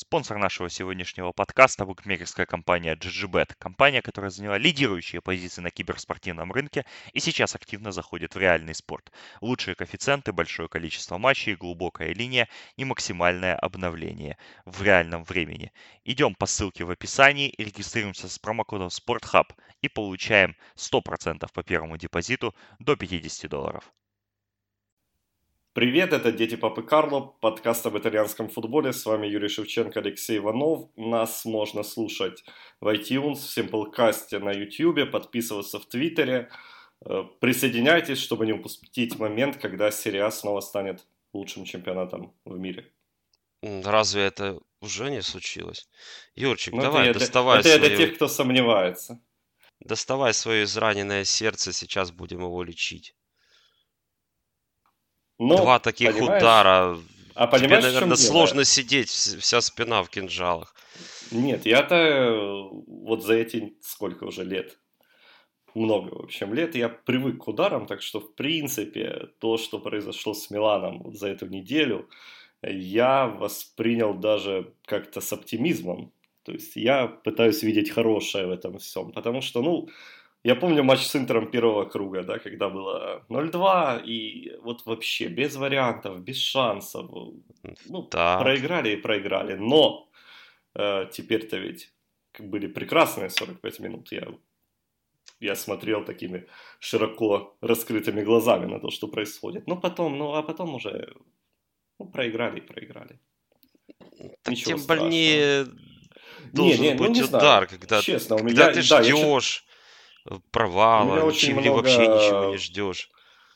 Спонсор нашего сегодняшнего подкаста – букмекерская компания GGBet. Компания, которая заняла лидирующие позиции на киберспортивном рынке и сейчас активно заходит в реальный спорт. Лучшие коэффициенты, большое количество матчей, глубокая линия и максимальное обновление в реальном времени. Идем по ссылке в описании, регистрируемся с промокодом SportHub и получаем 100% по первому депозиту до $50. Привет, это Дети Папы Карло, подкаст об итальянском футболе. С вами Юрий Шевченко, Алексей Иванов. Нас можно слушать в iTunes, в Simplecast на YouTube, подписываться в Твиттере. Присоединяйтесь, чтобы не упустить момент, когда серия А снова станет лучшим чемпионатом в мире. Разве это уже не случилось? Юрчик, Ну, давай, это я для тех, кто сомневается. доставай свое израненное сердце, сейчас будем его лечить. Но, Два таких понимаешь, удара. А Тебе, понимаешь, в чем наверное, дело? сложно сидеть, вся спина в кинжалах. Нет, я-то вот за эти сколько уже лет, много, в общем, лет, я привык к ударам, так что, в принципе, то, что произошло с Миланом вот за эту неделю, я воспринял даже как-то с оптимизмом. То есть я пытаюсь видеть хорошее в этом всем, потому что, ну, я помню матч с Интером первого круга, да, когда было 0-2, и вот вообще без вариантов, без шансов, ну, Так. проиграли и проиграли, но теперь-то ведь были прекрасные 45 минут, я смотрел такими широко раскрытыми глазами на то, что происходит. А потом уже проиграли и проиграли. Так Ничего тем страшного. больнее должен быть не удар, знаю. когда Честно, ты ждешь провала, очень или много, вообще ничего не ждешь.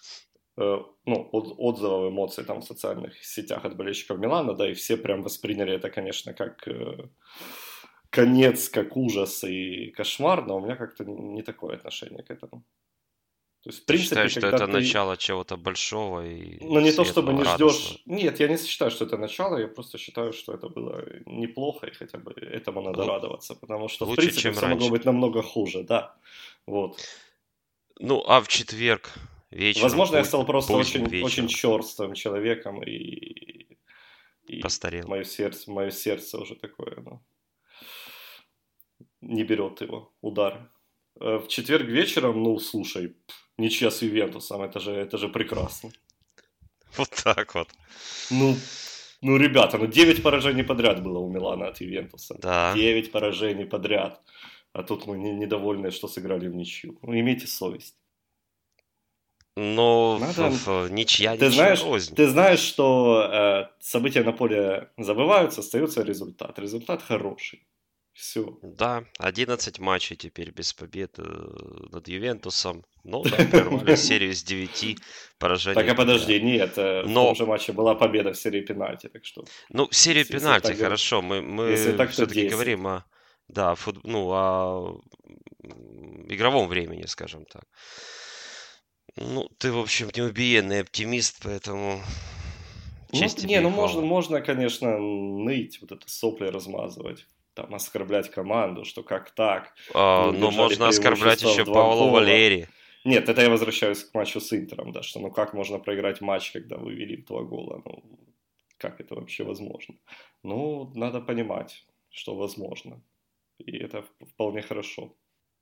Отзывов, эмоций там в социальных сетях от болельщиков Милана, да, и все прям восприняли это, конечно, как конец, как ужас и кошмар, но у меня как-то не такое отношение к этому. То есть, в Ты принципе, считаешь, что когда это ты... начало чего-то большого и Ну, не то чтобы светлого, не радостного? ждешь... Нет, я не считаю, что это начало, я просто считаю, что это было неплохо, и хотя бы этому надо радоваться, потому что, в Лучше, принципе, чем все могло раньше. быть намного хуже, да. Вот. Ну, а в четверг вечером, Возможно, я стал просто поздним очень, очень вечером черствым человеком, и постарел. мое сердце уже такое, не берет его удар. В четверг вечером, ну, слушай, ничья с Ювентусом, это же прекрасно. Вот так вот. Ну, ребята, 9 поражений подряд было у Милана от Ювентуса. Да. 9 поражений подряд. А тут мы недовольны, что сыграли в ничью. Ну, имейте совесть. Но ничья рознь. Ты знаешь, что события на поле забываются, остается результат. Результат хороший. Все. Да, 11 матчей теперь без побед над Ювентусом. Ну да, прервали серию с 9 поражений. Так, а подожди, нет, в том же матче была победа в серии пенальти, так что... Ну, серия пенальти, так хорошо, мы если так, то все-таки 10. говорим о игровом времени, скажем так. Ну, ты, в общем, неубиенный оптимист, поэтому честь тебе и хвала. Можно, конечно, ныть, вот это сопли размазывать, там, оскорблять команду, что как так. Но можно оскорблять еще Паоло Валери. Нет, это я возвращаюсь к матчу с Интером, да, что как можно проиграть матч, когда вы вели в 2 гола, как это вообще возможно? Ну, надо понимать, что возможно, и это вполне хорошо.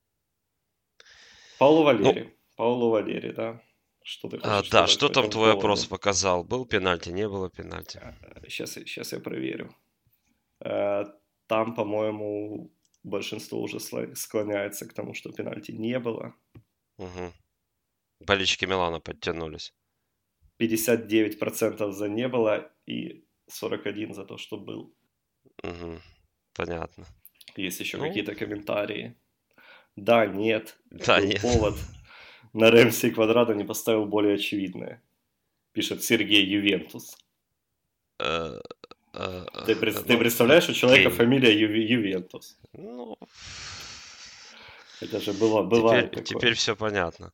Паоло Валери, да. Что ты хочешь сказать? Что там твой опрос показал? Был пенальти, не было пенальти? Сейчас я проверю. Там, по-моему, большинство уже склоняется к тому, что пенальти не было. Угу. Болельщики Милана подтянулись. 59% за не было и 41% за то, что был. Угу. Понятно. Есть еще какие-то комментарии. Да, нет. Да, был нет. повод. На Рэмси и Квадрата не поставил более очевидное. Пишет Сергей Ювентус. Ты представляешь, у человека фамилия Ювентус. Ну, это же бывает такое. Теперь все понятно.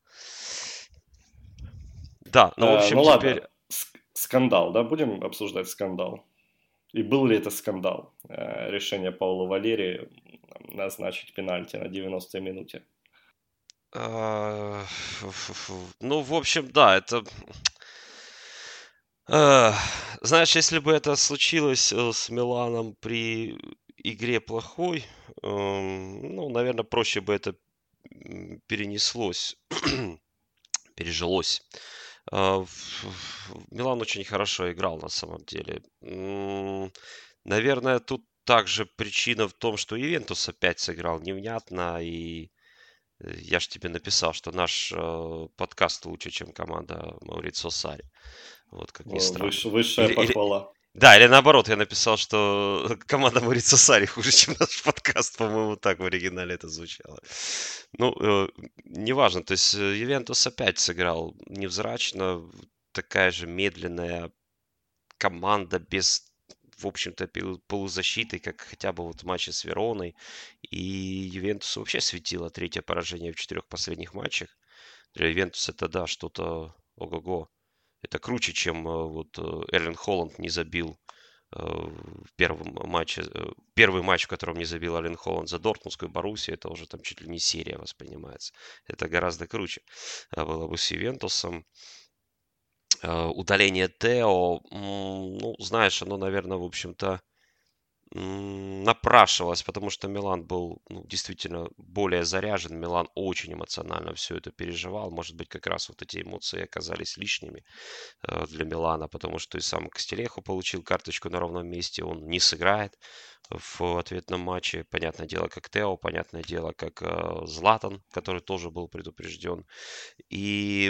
Да, ну, в общем, ладно, скандал, да, будем обсуждать скандал. И был ли это скандал? Решение Паула Валери назначить пенальти на 90-й минуте. Ну, в общем, да, это... Знаешь, если бы это случилось с Миланом при игре плохой, ну, наверное, проще бы это перенеслось, пережилось. Милан очень хорошо играл на самом деле. Наверное, тут также причина в том, что Ювентус опять сыграл невнятно, и я же тебе написал, что наш подкаст лучше, чем команда Маурицио Сарри. Вот как ни странно. Высшая похвала. Да, или наоборот, я написал, что команда Маурицио Сарри хуже, чем наш подкаст. По-моему, так в оригинале это звучало. Ну, неважно. То есть Ювентус опять сыграл невзрачно. Такая же медленная команда без, в общем-то, полузащиты, как хотя бы вот в матче с Вероной. И Ювентусу вообще светило третье поражение в 4 последних матчах. Для Ювентуса это, да, что-то ого-го. Это круче, чем вот Эрлинг Холланд не забил в первом матче. Первый матч, в котором не забил Эрлинг Холланд за Дортмундскую Боруссию, это уже там чуть ли не серия воспринимается. Это гораздо круче было бы с Ювентусом. Удаление Тео, ну, знаешь, оно, наверное, в общем-то, напрашивалось, потому что Милан был, ну, действительно более заряжен. Милан очень эмоционально все это переживал. Может быть, как раз вот эти эмоции оказались лишними для Милана, потому что и сам Костелехо получил карточку на ровном месте. Он не сыграет в ответном матче. Понятное дело, как Тео, понятное дело, как Златан, который тоже был предупрежден. И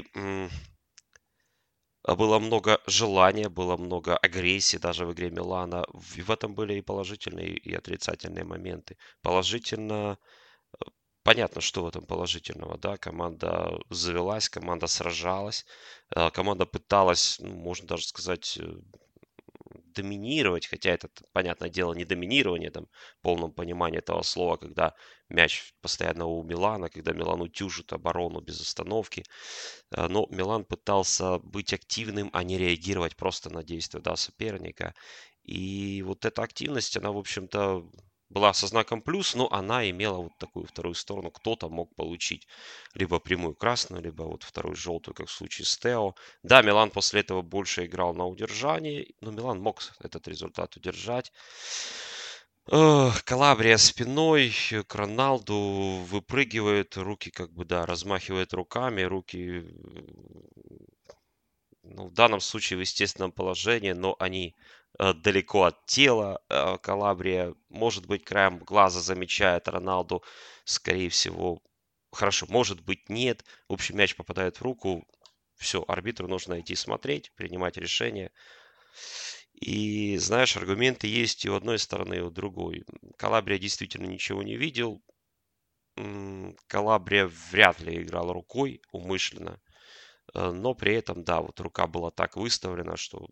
было много желания, было много агрессии даже в игре Милана. И в этом были и положительные, и отрицательные моменты. Положительно, понятно, что в этом положительного, да, команда завелась, команда сражалась, команда пыталась, ну, можно даже сказать, доминировать, хотя это, понятное дело, не доминирование там, в полном понимании этого слова, когда мяч постоянно у Милана, когда Милан утюжит оборону без остановки. Но Милан пытался быть активным, а не реагировать просто на действия, да, соперника. И вот эта активность, она, в общем-то, была со знаком плюс, но она имела вот такую вторую сторону. Кто-то мог получить либо прямую красную, либо вот вторую желтую, как в случае с Тео. Да, Милан после этого больше играл на удержании, но Милан мог этот результат удержать. Калабрия спиной к Роналду выпрыгивает, руки как бы, да, размахивает руками, руки, ну, в данном случае в естественном положении, но они далеко от тела. Калабрия, может быть, краем глаза замечает Роналду, скорее всего, хорошо, может быть, нет. В общем, мяч попадает в руку, все, арбитру нужно идти смотреть, принимать решение. И, знаешь, аргументы есть и у одной стороны, и у другой. Калабрия действительно ничего не видел. Калабрия вряд ли играл рукой умышленно. Но при этом, да, вот рука была так выставлена, что,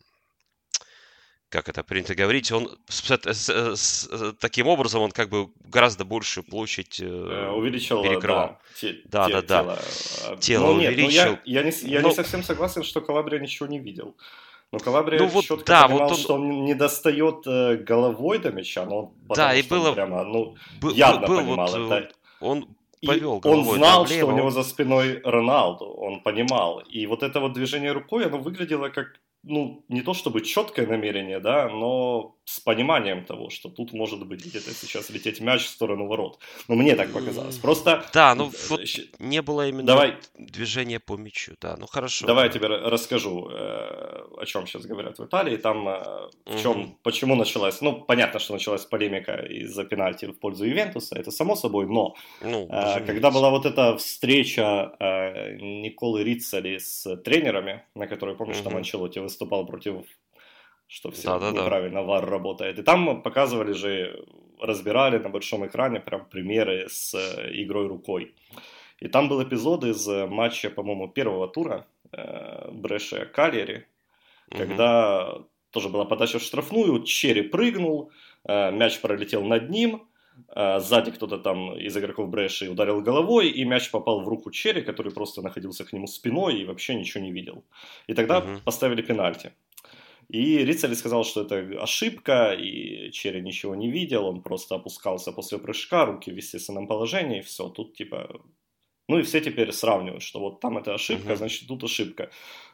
как это принято говорить, он таким образом он как бы гораздо большую площадь увеличил, перекрывал. Да, тело увеличил. Я не совсем согласен, что Калабрия ничего не видел. Но Калабрия вот, четко да, понимал, вот он... что он не достает головой до мяча, но потому и что было... он прямо, явно понимал вот, это. Он И повел он головой знал, влево, что у него за спиной Роналду, он понимал. И вот это вот движение рукой, оно выглядело как, ну, не то чтобы четкое намерение, да, но с пониманием того, что тут может быть где-то сейчас лететь мяч в сторону ворот. Но мне так показалось. Просто... Да, ну вот не было именно движения по мячу, да, ну хорошо. Давай я тебе расскажу, о чем сейчас говорят в Италии. Там почему началась... Ну, понятно, что началась полемика из-за пенальти в пользу Ювентуса, это само собой, но когда была вот эта встреча Николы Риццоли с тренерами, на которой, помнишь, там Анчелотти выступал против... что все неправильно ВАР работает. И там показывали же, разбирали на большом экране прям примеры с игрой рукой. И там был эпизод из матча, по-моему, первого тура Брешия-Кальяри, когда тоже была подача в штрафную, Черри прыгнул, мяч пролетел над ним, сзади кто-то там из игроков Бреши ударил головой, и мяч попал в руку Черри, который просто находился к нему спиной и вообще ничего не видел. И тогда поставили пенальти. И Риццоли сказал, что это ошибка, и Черри ничего не видел, он просто опускался после прыжка, руки в естественном положении, и все, тут типа... Ну и все теперь сравнивают, что вот там это ошибка, значит тут ошибка.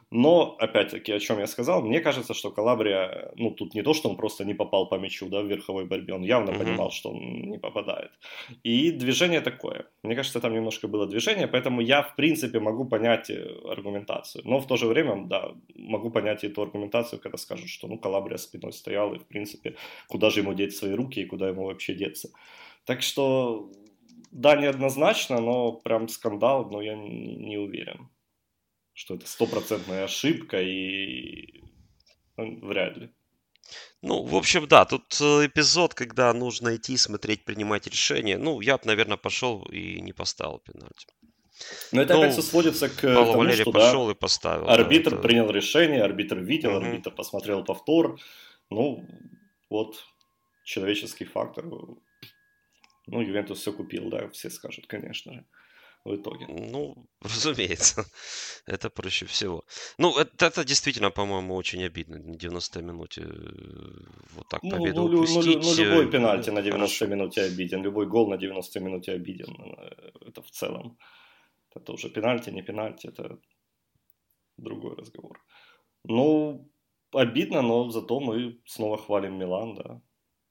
Но, опять-таки, о чем я сказал, мне кажется, что Калабрия, ну, тут не то, что он просто не попал по мячу, да, в верховой борьбе, он явно понимал, что он не попадает. И движение такое. Мне кажется, там немножко было движение, поэтому я, в принципе, могу понять аргументацию. Но в то же время, да, могу понять и ту аргументацию, когда скажут, что, ну, Калабрия спиной стоял, и, в принципе, куда же ему деть свои руки и куда ему вообще деться. Так что, да, неоднозначно, но прям скандал, но я не уверен, что это стопроцентная ошибка, и вряд ли. Ну, в общем, да, тут эпизод, когда нужно идти, смотреть, принимать решение. Ну, я бы, наверное, пошел и не поставил пенальти. Но это опять все сводится к Пауло тому, Валерий что, пошел да, и поставил. арбитр Да, принял решение, арбитр видел, арбитр посмотрел повтор. Ну, вот человеческий фактор. Ну, Ювентус все купил, да, все скажут, конечно же, в итоге. Ну, разумеется, это проще всего. Ну, это действительно, по-моему, очень обидно. На 90-й минуте вот так победу упустить. Любой пенальти на 90-й Хорошо. минуте обиден, любой гол на 90-й минуте обиден. Это в целом. Это уже пенальти, не пенальти, это другой разговор. Ну, обидно, но зато мы снова хвалим Милан, да.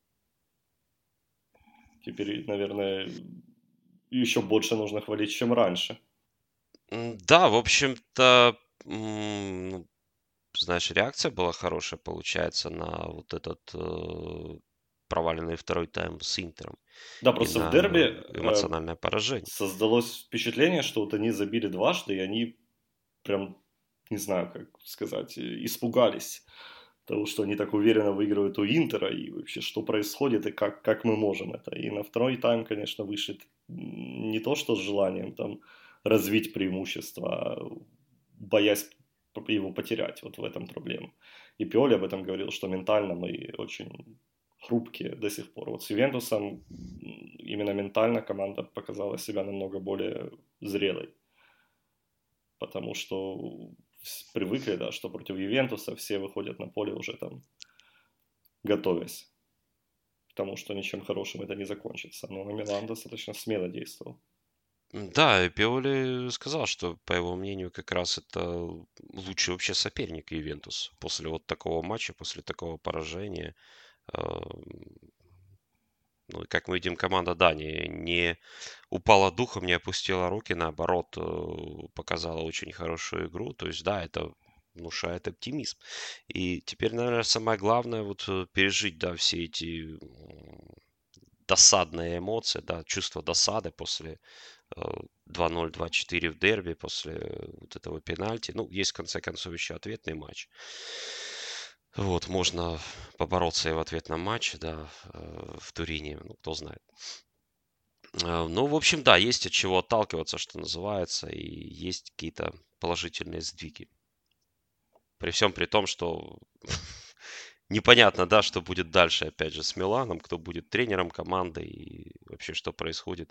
Теперь, наверное, еще больше нужно хвалить, чем раньше. Да, в общем-то, ну, знаешь, реакция была хорошая, получается, на вот этот проваленный второй тайм с Интером. Да, И просто в на дерби эмоциональное поражение. создалось впечатление, что вот они забили дважды, и они прям, не знаю, как сказать, испугались того, что они так уверенно выигрывают у Интера, и вообще, что происходит, и как мы можем это. И на второй тайм, конечно, вышли не то, что с желанием там развить преимущество, а боясь его потерять, вот в этом проблема. И Пиоли об этом говорил, что ментально мы очень хрупкие до сих пор. Вот с Ювентусом именно ментально команда показала себя намного более зрелой, потому что привыкли, да, что против Ювентуса все выходят на поле уже там готовясь к тому, что ничем хорошим это не закончится. Но Милан достаточно смело действовал. Да, и Пиоли сказал, что, по его мнению, как раз это лучший вообще соперник Ювентус. После вот такого матча, после такого поражения. Ну, и как мы видим, команда, да, не упала духом, не опустила руки, наоборот, показала очень хорошую игру. То есть, да, это внушает оптимизм. И теперь, наверное, самое главное вот пережить, да, все эти досадные эмоции, да, чувство досады после 2-0, 2-4 в дерби, после вот этого пенальти. Ну, есть, в конце концов, еще ответный матч. Вот, можно побороться и в ответном матче, да, в Турине, ну, кто знает. Ну, в общем, да, есть от чего отталкиваться, что называется, и есть какие-то положительные сдвиги. При всем при том, что непонятно, да, что будет дальше, опять же, с Миланом, кто будет тренером команды и вообще, что происходит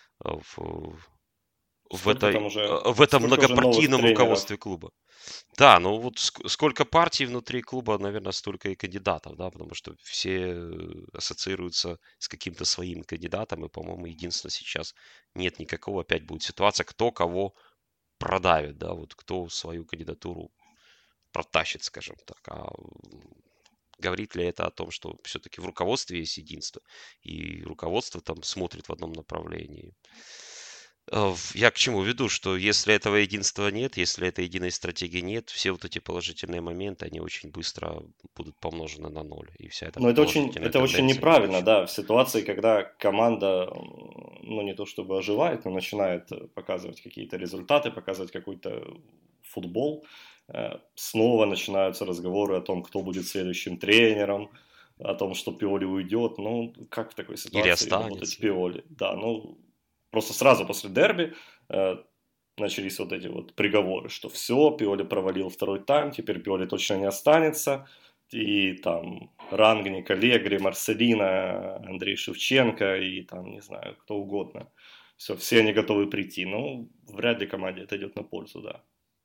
в этом Сколько уже новых многопартийном тренеров? руководстве клуба. Да, ну вот сколько партий внутри клуба, наверное, столько и кандидатов, да, потому что все ассоциируются с каким-то своим кандидатом, и, по-моему, единственное сейчас нет никакого, опять будет ситуация, кто кого продавит, да, вот кто свою кандидатуру протащит, скажем так. А говорит ли это о том, что все-таки в руководстве есть единство, и руководство там смотрит в одном направлении? Я к чему веду, что если этого единства нет, если этой единой стратегии нет, все вот эти положительные моменты, они очень быстро будут помножены на ноль. И вся эта Но положительная это очень тенденция неправильно, будет. да, в ситуации, когда команда, ну не то чтобы оживает, но начинает показывать какие-то результаты, показывать какой-то футбол, снова начинаются разговоры о том, кто будет следующим тренером, о том, что Пиоли уйдет. Ну, как в такой Или ситуации работать останется. Пиоли? Да, ну, просто сразу после дерби начались вот эти вот приговоры, что все, Пиоли провалил второй тайм, теперь Пиоли точно не останется. И там Рангник, Аллегри, Марселина, Андрей Шевченко и там, не знаю, кто угодно. Все они готовы прийти. Ну, вряд ли команде это идет на пользу, да.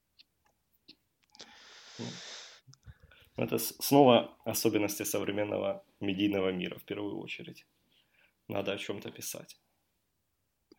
Это снова особенности современного медийного мира в первую очередь. Надо о чем-то писать.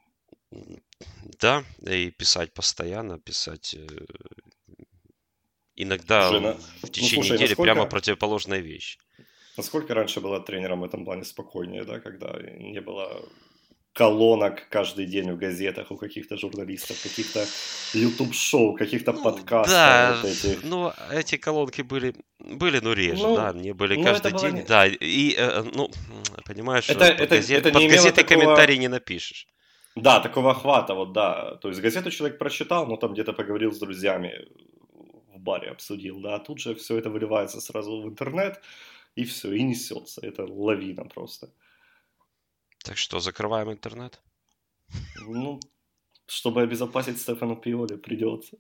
Да, и писать постоянно, писать иногда Уже в течение недели прямо противоположная вещь. Насколько раньше было тренером в этом плане спокойнее, да, когда не было колонок каждый день в газетах у каких-то журналистов, каких-то YouTube-шоу, каких-то подкастов. Да, вот этих. ну, эти колонки были реже, Ну, да, не были ну, каждый это было день, не- да, и, ну, понимаешь, Это под не имело газетой такого- комментарий не напишешь. Да, такого охвата, вот да. То есть газету человек прочитал, но там где-то поговорил с друзьями, в баре обсудил, да, а тут же все это выливается сразу в интернет, и все, и несется. Это лавина просто. Так что, закрываем интернет? Ну, чтобы обезопасить Стефану Пиоли, придется.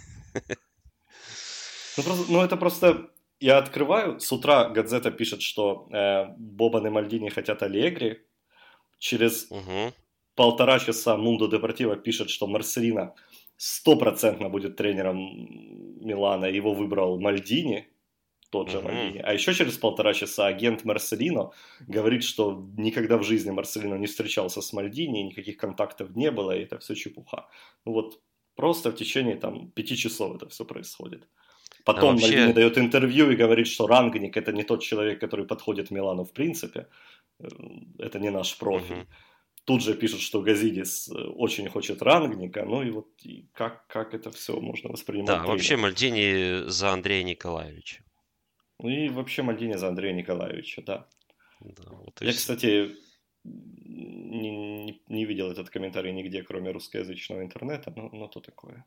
Ну, это просто... Я открываю, с утра Газета пишет, что Бобан и Мальдини хотят Аллегри. Через Угу. полтора часа Мундо Депортиво пишет, что Марселино 100% будет тренером Милана. Его выбрал Мальдини, тот же Мгм. Мальдини. А еще через полтора часа агент Марселино говорит, что никогда в жизни Марселино не встречался с Мальдини, никаких контактов не было, и это все чепуха. Ну вот просто в течение 5 часов это все происходит. Потом вообще- Мальдини дает интервью и говорит, что Рангник это не тот человек, который подходит Милану в принципе. Это не наш профиль. Мгм. Тут же пишут, что Газидис очень хочет Рангника. Ну и вот и как это все можно воспринимать? Да, тренером? вообще Мальдини за Андрея Николаевича. Ну и вообще Мальдини за Андрея Николаевича, да. Да, вот и Я, всё. кстати, не видел этот комментарий нигде, кроме русскоязычного интернета, но то такое.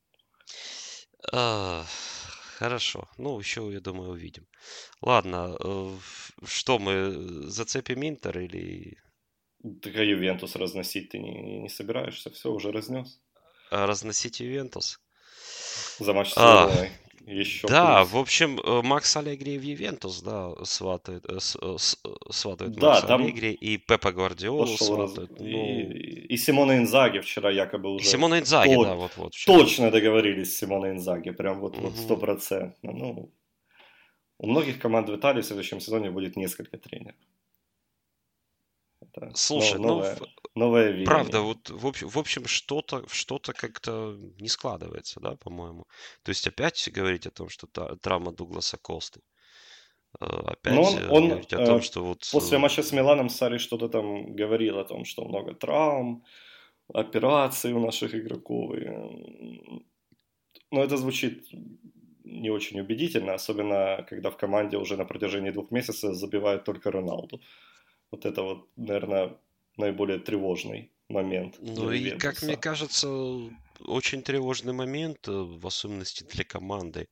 Хорошо. Ну, еще, я думаю, увидим. Ладно, что мы зацепим Интер или Так а Ювентус разносить ты не собираешься? Все, уже разнес. разносить Ювентус? За матч с А, Вероной. Еще Да, плюс. в общем, Макс Аллегри в Ювентус, да, сватает Да, Макса там Аллегри, и Пепа Гвардиолу пошел сватают. Ну, и Симона Инзаги вчера якобы и уже Симона Инзаги, то- да, вот вчера. точно договорились с Симоной Инзаги. Прям вот Мгм. 100%. Ну, у многих команд в Италии в следующем сезоне будет несколько тренеров. Это Слушай, новое видение. правда, вот в общем что-то как-то не складывается, да, по-моему. То есть опять говорить о том, что травма Дугласа Косты. Опять Но он говорить о том, что вот... после матча с Миланом Сарри что-то там говорил о том, что много травм, операций у наших игроков. Но это звучит не очень убедительно, особенно когда в команде уже на протяжении 2 месяцев забивает только Роналду. Вот это вот, наверное, наиболее тревожный момент для Ну и, Ювентуса. как мне кажется, очень тревожный момент, в особенности для команды.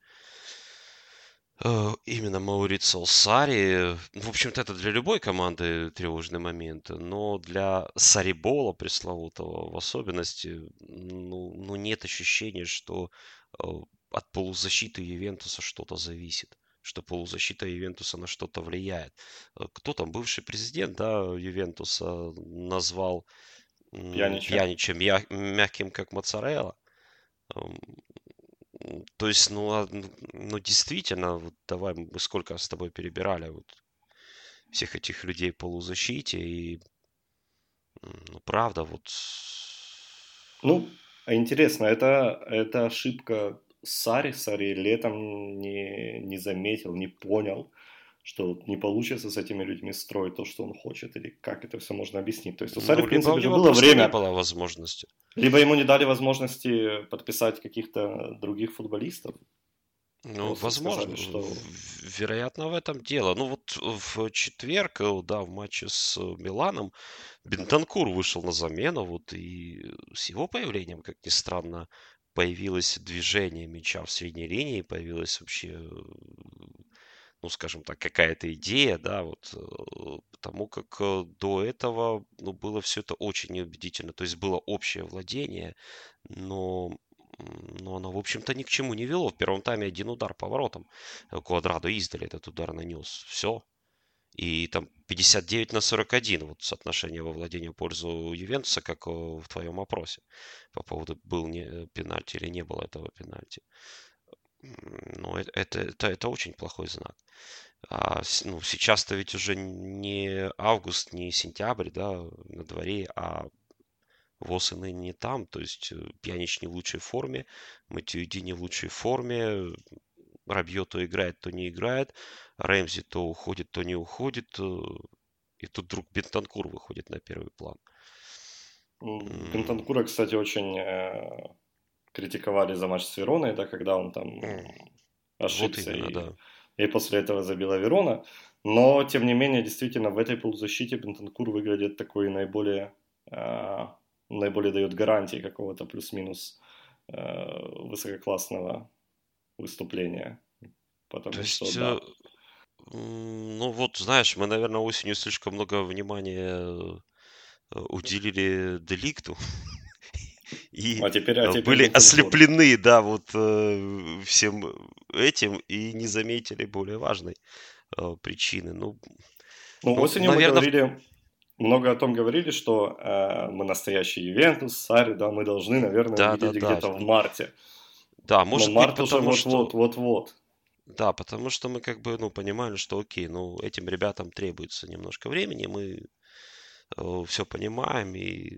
Именно Маурицио Сарри, в общем-то, это для любой команды тревожный момент, но для Саррибола пресловутого в особенности, ну нет ощущения, что от полузащиты Ювентуса что-то зависит, что полузащита Ювентуса на что-то влияет. Кто там, бывший президент, да, Ювентуса назвал Пьянича мягким, как моцарелла. То есть, ну действительно, вот давай мы сколько с тобой перебирали вот всех этих людей в полузащите, и ну правда, вот Ну, а интересно, это ошибка Сарри. Сарри летом не заметил, не понял, что не получится с этими людьми строить то, что он хочет, или как это все можно объяснить. То есть у Сарри, в либо принципе, у же него было просто не время, было возможности. либо ему не дали возможности подписать каких-то других футболистов. Ну, Просто возможно, сказали, что... вероятно, в этом дело. Ну, вот в четверг, да, в матче с Миланом Бентанкур вышел на замену, вот, и с его появлением, как ни странно, появилось движение мяча в средней линии, появилась вообще, ну, скажем так, какая-то идея, да, вот, потому как до этого, ну, было все это очень неубедительно, то есть было общее владение, но оно, в общем-то, ни к чему не вело. В первом тайме один удар по воротам. Квадрадо издали этот удар нанес. Все. И там 59-41 вот соотношение во владении в пользу Ювентуса, как в твоем опросе по поводу был пенальти или не было этого пенальти. Ну, это очень плохой знак. Ну, сейчас-то ведь уже не август, не сентябрь, да, на дворе, а ВОЗ и ныне не там, то есть Пьянич не в лучшей форме, Матюиди не в лучшей форме, Рабье то играет, то не играет. Рэмзи то уходит, то не уходит. И тут вдруг Бентанкур выходит на первый план. Бентанкура, кстати, очень критиковали за матч с Вероной, да, когда он там ошибся, Вот именно, да. и после этого забила Верона. Но, тем не менее, действительно, в этой полузащите Бентанкур выглядит такой наиболее дает гарантии какого-то плюс-минус высококлассного выступления. Потому То что, есть, да. ну вот, знаешь, мы, наверное, осенью слишком много внимания уделили Деликту. И теперь были Бентанкур. ослеплены, да, вот всем этим и не заметили более важной причины. Ну, осенью мы наверное, говорили, много о том говорили, что мы настоящий Ювентус, Сарри, да, мы должны, наверное, да, увидеть да, да. где-то в марте. Да, Но может быть, март уже потому что... вот-вот. Да, потому что мы как бы, понимали, что окей, этим ребятам требуется немножко времени, мы все понимаем, и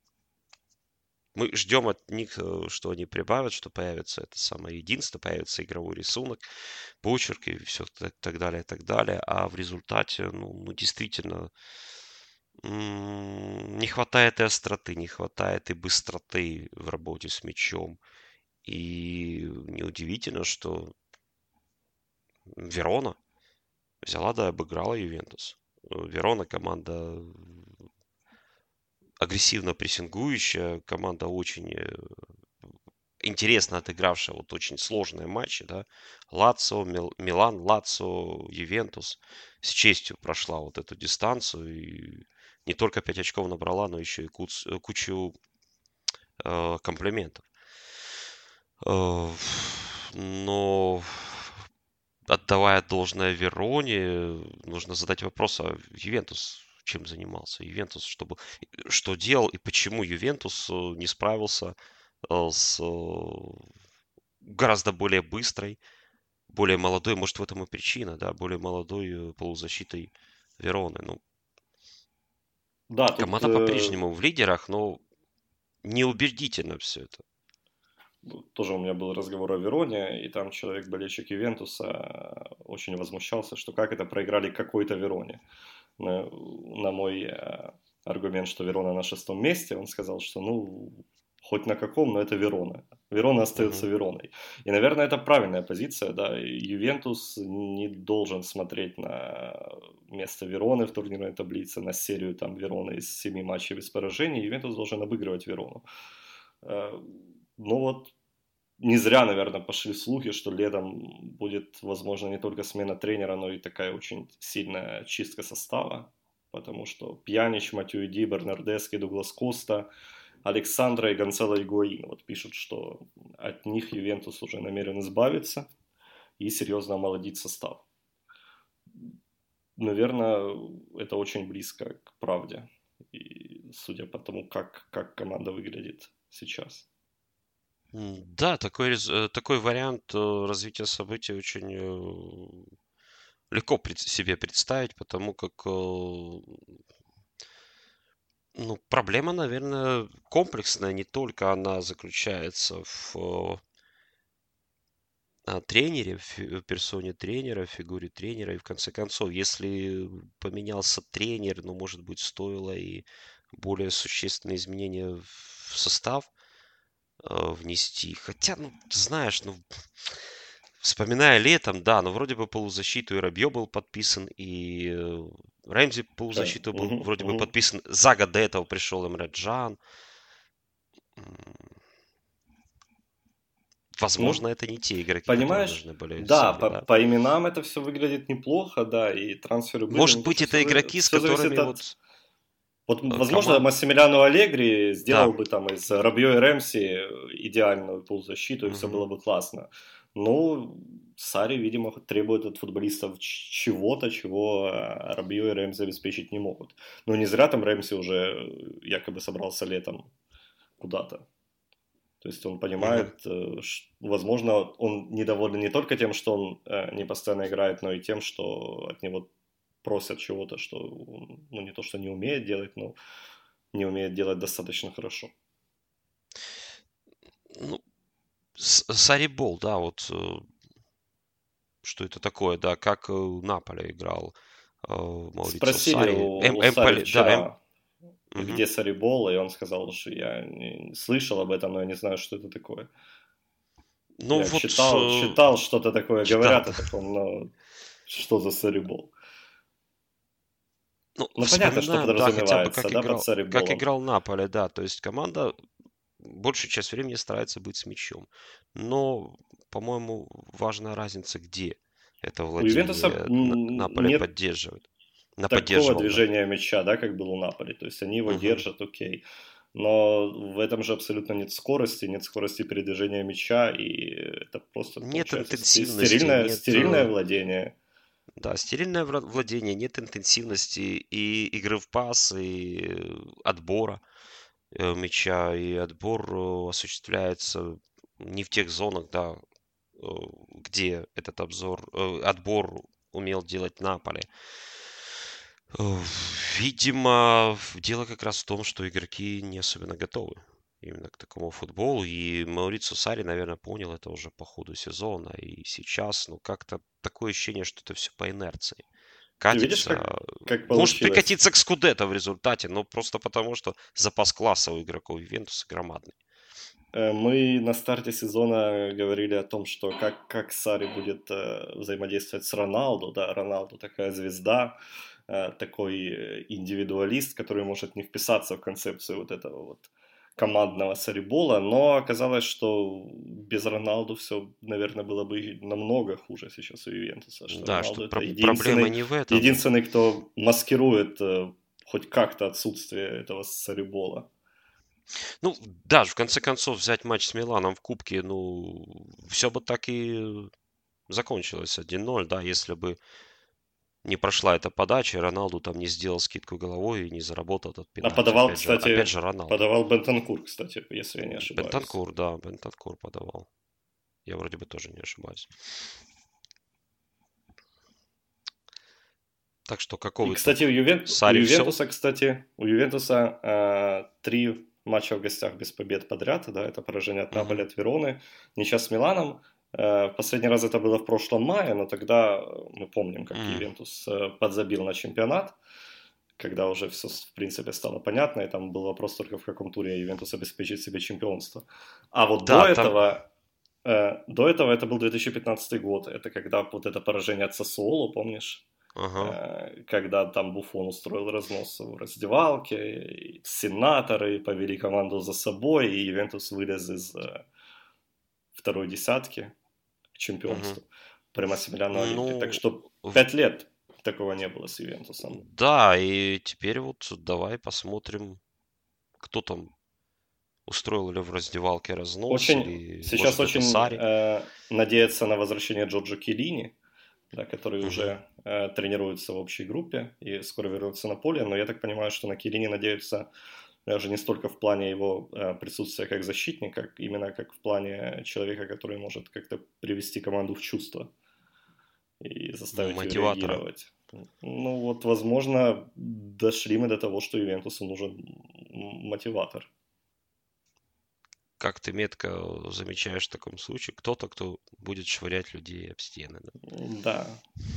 мы ждем от них, что они прибавят, что появится это самое единство, появится игровой рисунок, почерк и все так далее, так далее. А в результате, действительно, не хватает и остроты, не хватает и быстроты в работе с мячом. И неудивительно, что Верона взяла да обыграла Ювентус. Верона команда агрессивно прессингующая, команда очень интересно отыгравшая вот очень сложные матчи, да. Лацио, Милан, Лацио, Ювентус с честью прошла вот эту дистанцию и не только 5 очков набрала, но еще и кучу комплиментов. Но отдавая должное Вероне, нужно задать вопрос, а Ювентус чем занимался? Ювентус что делал и почему Ювентус не справился с гораздо более быстрой, более молодой, может в этом и причина, да, более молодой полузащитой Вероны. Ну, Да, тут команда по-прежнему в лидерах, но неубедительно все это. тоже у меня был разговор о Вероне, и там человек, болельщик Ювентуса, очень возмущался, что как это проиграли какой-то Вероне. На мой аргумент, что Верона на 6-м месте, он сказал, что хоть на каком, но это Верона. Верона остается Вероной. И, наверное, это правильная позиция, да. Ювентус не должен смотреть на место Вероны в турнирной таблице, на серию там Вероны из 7 матчей без поражений. Ювентус должен обыгрывать Верону. Но вот не зря, наверное, пошли слухи, что летом будет, возможно, не только смена тренера, но и такая очень сильная чистка состава. Потому что Пьянич, Матюиди, Бернардески, Дуглас Коста, Александра и Гонсало Игуаин вот пишут, что от них Ювентус уже намерен избавиться и серьезно омолодить состав. Наверное, это очень близко к правде. И судя по тому, как команда выглядит сейчас. Да, такой вариант развития событий очень легко себе представить, потому как проблема, наверное, комплексная, не только она заключается в тренере, в персоне тренера, в фигуре тренера. И в конце концов, если поменялся тренер, может быть, стоило и более существенные изменения в состав внести. Хотя, ты знаешь, вспоминая летом, да, вроде бы полузащиту и Рабье был подписан, и Рэмзи полузащиту был вроде бы подписан. За год до этого пришел Эмре Can. Возможно, это не те игроки, понимаешь, которые нужны были. Да, Сарри, по именам это все выглядит неплохо, да, и трансферы были. Может быть, это игроки, с которыми возможно, Массимилиано Аллегри сделал Да. бы там из Рабье и Рэмси идеальную полузащиту, и все было бы классно. Сарри, видимо, требует от футболистов чего-то, чего Рабье и Рэмси обеспечить не могут. Не зря там Рэмси уже якобы собрался летом куда-то. То есть он понимает, возможно, он недоволен не только тем, что он не постоянно играет, но и тем, что от него просят чего-то, что он, не то, что не умеет делать, но не умеет делать достаточно хорошо. Сарри Бол, да, вот что это такое, да, как Наполе играл Маурицио Спросили Сарри. у Сари вчера, Мгм. где Сарибол, и он сказал, что я не слышал об этом, но я не знаю, что это такое. Ну Я вот, читал что-то такое, читал, говорят о таком, но что за Сарибол? ну, Ну, понятно, что вспоминаем, да, хотя бы подразумевается, да, под как Сариболом. играл Наполе, да, то есть команда большую часть времени старается быть с мячом. Но, по-моему, важная разница, где это У Ювентуса владение Наполе нет такого поддерживал, да. движения мяча, да, как был у Наполи. То есть они его Мгм. держат, окей. Но в этом же абсолютно нет скорости передвижения мяча, и это просто Нет получается интенсивности, нет, стерильное владение. да, стерильное владение, нет интенсивности и игры в пас, и отбора мяча, и отбор осуществляется не в тех зонах, да, э, где этот отбор умел делать Наполе. Э, Видимо, дело как раз в том, что игроки не особенно готовы именно к такому футболу. И Маурицио Сарри, наверное, понял это уже по ходу сезона. И сейчас, ну, как-то такое ощущение, что это все по инерции Ты видишь, катится. как Может получилось? прикатиться к Скудетто в результате, но просто потому, что запас класса у игроков Ювентуса громадный. Мы на старте сезона говорили о том, что как Сари будет взаимодействовать с Роналду. Да, Роналду такая звезда, такой индивидуалист, который может не вписаться в концепцию вот этого вот командного Сарибола, но оказалось, что без Роналду все, наверное, было бы намного хуже сейчас у Ювентуса, что Да, что Роналду это проблема не в этом. единственный, кто маскирует хоть как-то отсутствие этого Сарибола. Ну, даже в конце концов взять матч с Миланом в Кубке, ну, все бы так и закончилось 1-0, да, если бы не прошла эта подача, и Роналду там не сделал скидку головой и не заработал этот А пенальти. подавал, Опять кстати, же Роналду. подавал Бентанкур, кстати, если я не ошибаюсь. Бентанкур, да, Бентанкур подавал. Я вроде бы тоже не ошибаюсь. Так что каков И, кстати, итог? У Сари все? Ювентуса, кстати, у Ювентуса 3 матча в гостях без побед подряд, да, это поражение от Наполи, от Вероны, ничья с Миланом. Последний раз это было в прошлом мае, но тогда мы помним, как Ювентус подзабил на чемпионат, когда уже все, в принципе, стало понятно, и там был вопрос только в каком туре Ювентус обеспечит себе чемпионство. А вот Да, там... до этого это был 2015 год, это когда вот это поражение от Сассуоло, помнишь? Ага. Когда там Буфон устроил разнос в раздевалке, и сенаторы повели команду за собой, и Ювентус вылез из второй десятки к чемпионству при Массимилиано Аллегри. Так Ну, что 5 лет такого не было с Ювентусом. да, и теперь вот давай посмотрим, кто там устроил ли в раздевалке разнос, или Сейчас может это очень Сари. надеется на возвращение Джорджо Chiellini, да, который Мгм. уже тренируется в общей группе и скоро вернется на поле, но я так понимаю, что на Chiellini надеются даже не столько в плане его присутствия как защитника, как именно как в плане человека, который может как-то привести команду в чувство и заставить ее Мотиватора. реагировать. Ну вот, возможно, дошли мы до того, что Ювентусу нужен мотиватор. Как ты метко замечаешь в таком случае, кто-то, кто будет швырять людей об стены. Да? Да.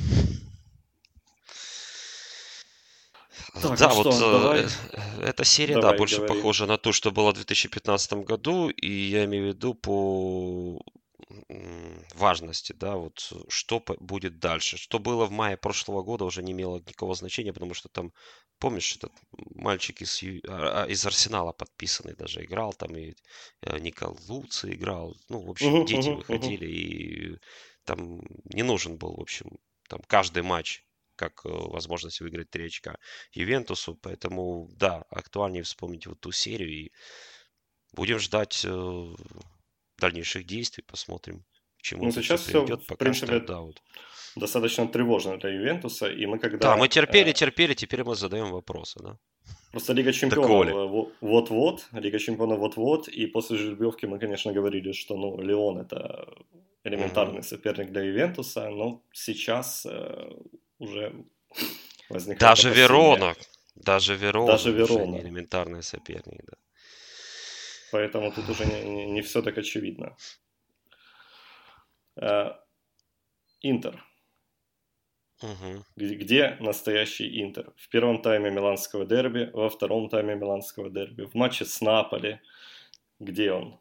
Так, Да, ну вот что, давай, эта серия, да, давай, больше говори. похожа на ту, что была в 2015 году, и я имею в виду по важности, да, вот что будет дальше. Что было в мае прошлого года уже не имело никакого значения, потому что там, помнишь, этот мальчик из Арсенала подписанный даже играл, там и Никол Луци играл, ну, в общем, дети выходили, и там не нужен был, в общем, там каждый матч как возможность выиграть 3 очка Ювентусу. Поэтому, да, актуальнее вспомнить вот ту серию. И будем ждать дальнейших действий, посмотрим, к чему Ну, это все сейчас все, приведет. в Пока что, принципе, да, вот. достаточно тревожно для Ювентуса, и мы Да, мы когда... терпели, теперь мы задаем вопросы, да? Просто Лига Чемпионов Доколе. вот-вот, Лига Чемпионов вот-вот, и после жеребьевки мы, конечно, говорили, что, ну, Лион это элементарный соперник для Ювентуса, но сейчас уже возникает Даже опасение. Даже Верона Даже уже не Верона. элементарный соперник, да. Поэтому тут уже не все так очевидно. Интер. Мгм. Где настоящий Интер? В первом тайме миланского дерби, во втором тайме миланского дерби, в матче с Наполи. Где он?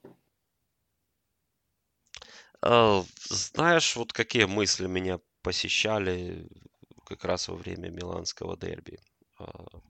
Знаешь, вот какие мысли меня посещали как раз во время миланского дерби? А,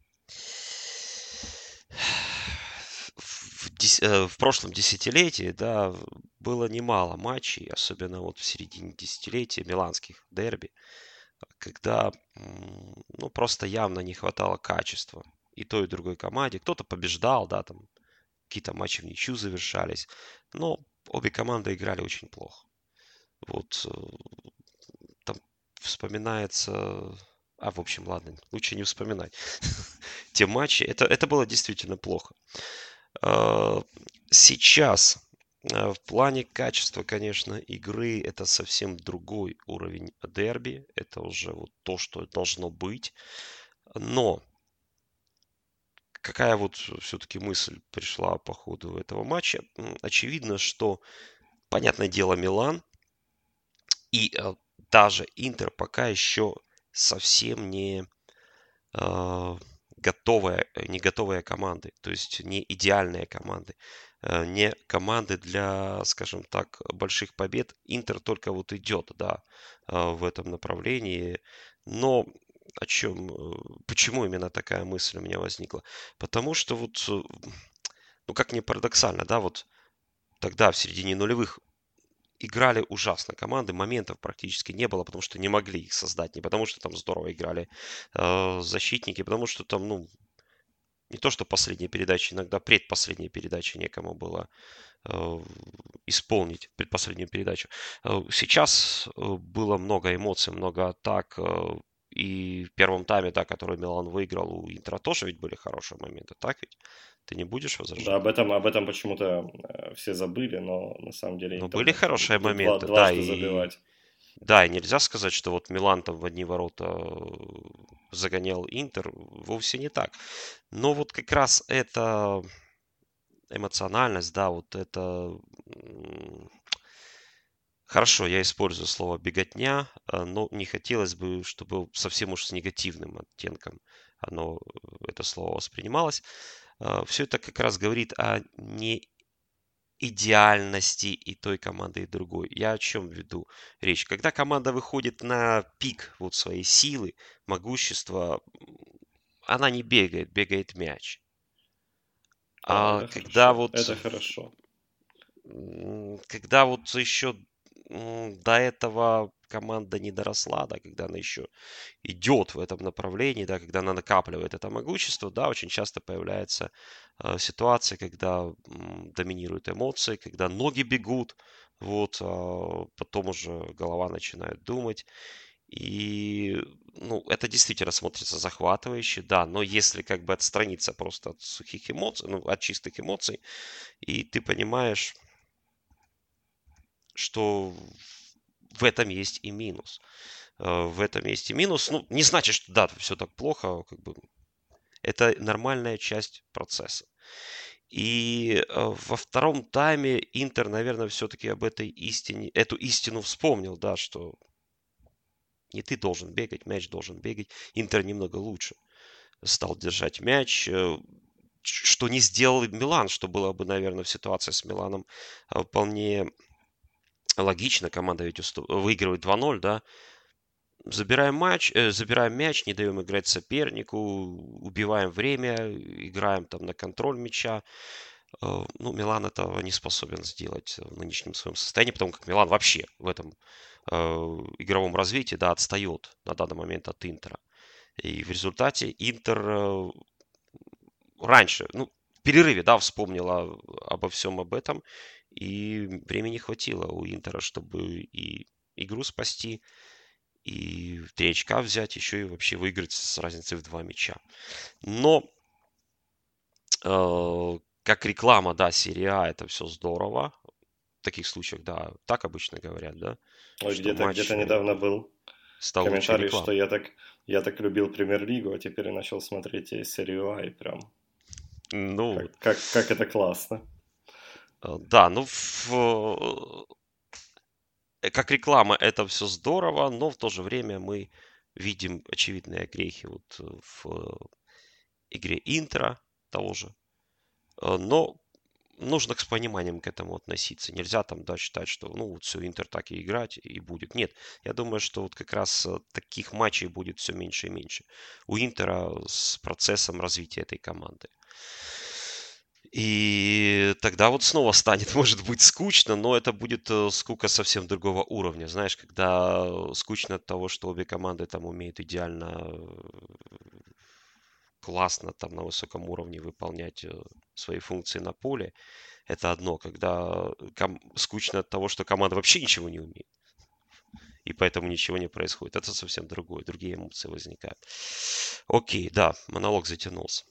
в прошлом десятилетии, да, было немало матчей, особенно вот в середине десятилетия миланских дерби, когда, ну, просто явно не хватало качества и той, и другой команде. Кто-то побеждал, да, там какие-то матчи в ничью завершались, но обе команды играли очень плохо. Вот там вспоминается... в общем, ладно, лучше не вспоминать. Те матчи, это было действительно плохо. А, Сейчас в плане качества, конечно, игры это совсем другой уровень дерби. Это уже вот то, что должно быть. Но какая вот все-таки мысль пришла по ходу этого матча? Очевидно, что, понятное дело, Милан и даже Интер пока еще совсем а, не готовые команды, то есть не идеальные команды, не команды для, скажем так, больших побед. Интер только вот идет, да, в этом направлении. Но почему именно такая мысль у меня возникла? Потому что вот, ну как ни парадоксально, да, вот тогда в середине нулевых играли ужасно команды, моментов практически не было, потому что не могли их создать, не потому что там здорово играли защитники, потому что там, ну, не то что последняя передача, иногда предпоследняя передача некому было э, исполнить предпоследнюю передачу. Сейчас было много эмоций, много атак, и в первом тайме, да, который Милан выиграл, у Интера тоже ведь были хорошие моменты, так ведь? Ты не будешь Да, возражать? об этом почему-то все забыли, но на самом деле Но Интер были мог хорошие моменты, да, дважды и забивать. да, и нельзя сказать, что вот Милан там в одни ворота загонял Интер. Вовсе не так. Но вот как раз эта эмоциональность, да, вот это... Хорошо, я использую слово беготня, но не хотелось бы, чтобы совсем уж с негативным оттенком это слово воспринималось. Все это как раз говорит о идеальности и той команды, и другой. Я о чем веду речь? Когда команда выходит на пик вот своей силы, могущества, она не бегает, бегает мяч. О, А это когда хорошо. вот, Это хорошо. когда вот еще до этого команда не доросла, да, когда она еще идет в этом направлении, да, когда она накапливает это могущество, да, очень часто появляется ситуация, когда доминируют эмоции, когда ноги бегут, вот, потом уже голова начинает думать. И, ну, это действительно смотрится захватывающе, да, но если как бы отстраниться просто от сухих эмоций, ну, от чистых эмоций, и ты понимаешь, что в этом есть и минус. В этом есть и минус. Ну, не значит, что да, все так плохо, как бы это нормальная часть процесса. И во втором тайме Интер, наверное, все-таки эту истину вспомнил, да, что не ты должен бегать, мяч должен бегать. Интер немного лучше стал держать мяч, что не сделал Милан, что было бы, наверное, в ситуации с Миланом вполне логично. Команда ведь выигрывает 2-0, да, забираем мяч, не даем играть сопернику, убиваем время, играем там на контроль мяча. Ну, Милан этого не способен сделать в нынешнем своем состоянии, потому как Милан вообще в этом игровом развитии, да, отстает на данный момент от Интера. И в результате Интер раньше, ну, в перерыве, да, вспомнила обо всем об этом, и времени хватило у Интера, чтобы и игру спасти, и 3 очка взять, еще и вообще выиграть с разницей в 2 мяча. Но как реклама, да, серия А, это все здорово. В таких случаях, да, так обычно говорят, да, Ой, что матч где-то недавно был стал лучшей комментарий, что рекламой. я так любил Премьер-лигу, а теперь начал смотреть и серию А, и прям Ну, как это классно. да, ну, как реклама это все здорово, но в то же время мы видим очевидные огрехи вот в игре Интера того же. Но нужно с пониманием к этому относиться. Нельзя там, да, считать, что, ну, вот все, Интер так и играть и будет. Нет, я думаю, что вот как раз таких матчей будет все меньше и меньше. У Интера с процессом развития этой команды. И тогда вот снова станет, может быть, скучно, но это будет скука совсем другого уровня. Знаешь, когда скучно от того, что обе команды там умеют идеально, классно там на высоком уровне выполнять свои функции на поле, это одно. Когда скучно от того, что команда вообще ничего не умеет, и поэтому ничего не происходит, это совсем другое, другие эмоции возникают. Окей, да, монолог затянулся.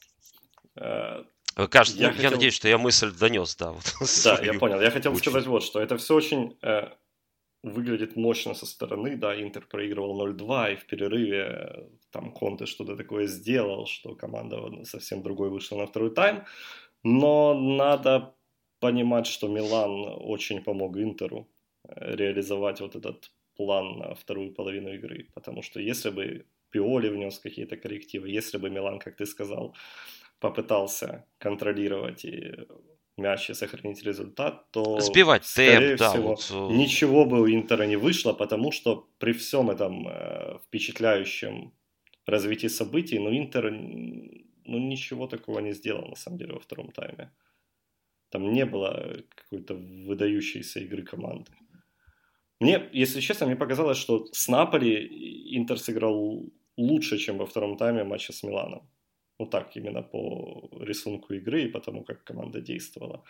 Кажется, я надеюсь, что я мысль донес, да. Вот да, я понял. Я хотел сказать вот, что это все очень выглядит мощно со стороны, да, Интер проигрывал 0-2, и в перерыве там Конте что-то такое сделал, что команда совсем другой вышла на второй тайм, но надо понимать, что Милан очень помог Интеру реализовать вот этот план на вторую половину игры, потому что если бы Пиоли внес какие-то коррективы, если бы Милан, как ты сказал, попытался контролировать и мяч и сохранить результат, то, сбивать скорее темп, да, всего, вот. ничего бы у Интера не вышло, потому что при всем этом впечатляющем развитии событий, ну, Интер ничего такого не сделал, на самом деле, во втором тайме. Там не было какой-то выдающейся игры команды. Мне, если честно, мне показалось, что с Наполи Интер сыграл лучше, чем во втором тайме матча с Миланом. Ну так, именно по рисунку игры и по тому, как команда действовала.